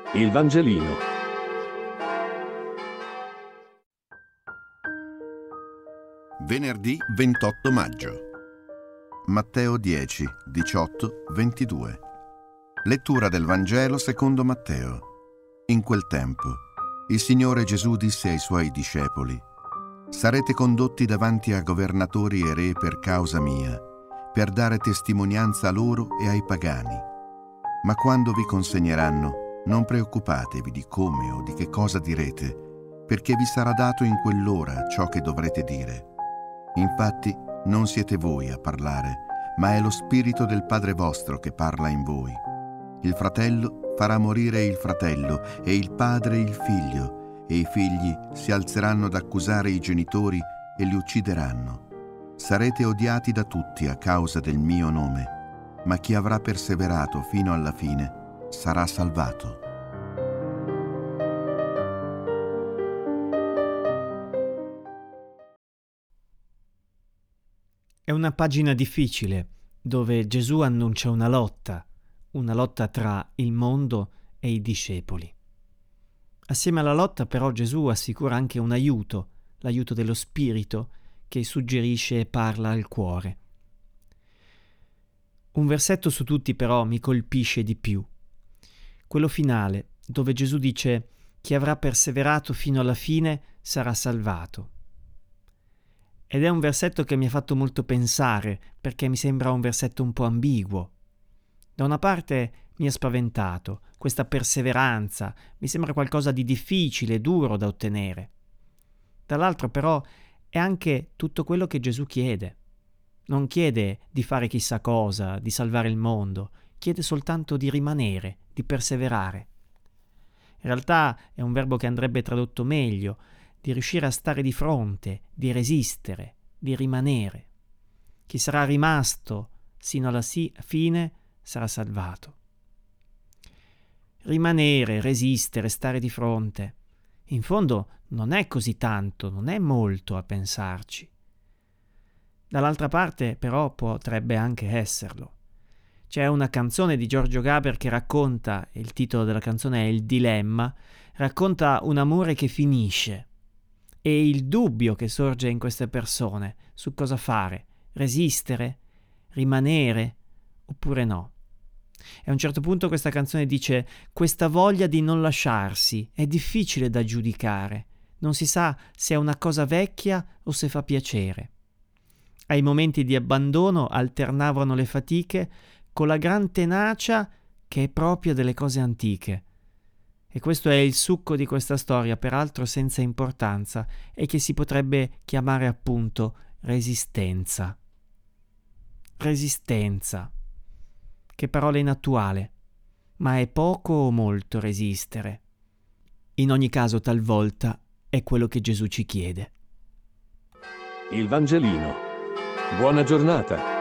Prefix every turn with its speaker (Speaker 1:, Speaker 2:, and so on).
Speaker 1: Il Vangelino.
Speaker 2: Venerdì 28 maggio. Matteo 10, 18, 22. Lettura del Vangelo secondo Matteo. In quel tempo, il Signore Gesù disse ai Suoi discepoli: «Sarete condotti davanti a governatori e re per causa mia, per dare testimonianza loro e ai pagani. Ma quando vi consegneranno, non preoccupatevi di come o di che cosa direte, perché vi sarà dato in quell'ora ciò che dovrete dire. Infatti, non siete voi a parlare, ma è lo Spirito del Padre vostro che parla in voi. Il fratello farà morire il fratello e il padre il figlio, e i figli si alzeranno ad accusare i genitori e li uccideranno. Sarete odiati da tutti a causa del mio nome, ma chi avrà perseverato fino alla fine sarà salvato».
Speaker 3: È una pagina difficile, dove Gesù annuncia una lotta tra il mondo e i discepoli. Assieme alla lotta però Gesù assicura anche un aiuto, l'aiuto dello Spirito che suggerisce e parla al cuore. Un versetto su tutti però mi colpisce di più, quello finale, dove Gesù dice: «Chi avrà perseverato fino alla fine sarà salvato». Ed è un versetto che mi ha fatto molto pensare, perché mi sembra un versetto un po' ambiguo. Da una parte mi ha spaventato, questa perseveranza, mi sembra qualcosa di difficile, duro da ottenere. Dall'altro però è anche tutto quello che Gesù chiede. Non chiede di fare chissà cosa, di salvare il mondo, chiede soltanto di rimanere, di perseverare. In realtà è un verbo che andrebbe tradotto meglio, di riuscire a stare di fronte, di resistere, di rimanere. Chi sarà rimasto sino alla fine sarà salvato. Rimanere, resistere, stare di fronte. In fondo non è così tanto, non è molto a pensarci. Dall'altra parte però potrebbe anche esserlo. C'è una canzone di Giorgio Gaber che racconta, il titolo della canzone è Il dilemma, racconta un amore che finisce e il dubbio che sorge in queste persone su cosa fare, resistere, rimanere oppure no. E a un certo punto questa canzone dice: questa voglia di non lasciarsi è difficile da giudicare, non si sa se è una cosa vecchia o se fa piacere. Ai momenti di abbandono alternavano le fatiche con la gran tenacia che è propria delle cose antiche. E questo è il succo di questa storia, peraltro senza importanza, e che si potrebbe chiamare appunto resistenza. Resistenza. Che parola inattuale, ma è poco o molto resistere. In ogni caso, talvolta è quello che Gesù ci chiede.
Speaker 1: Il Vangelino. Buona giornata.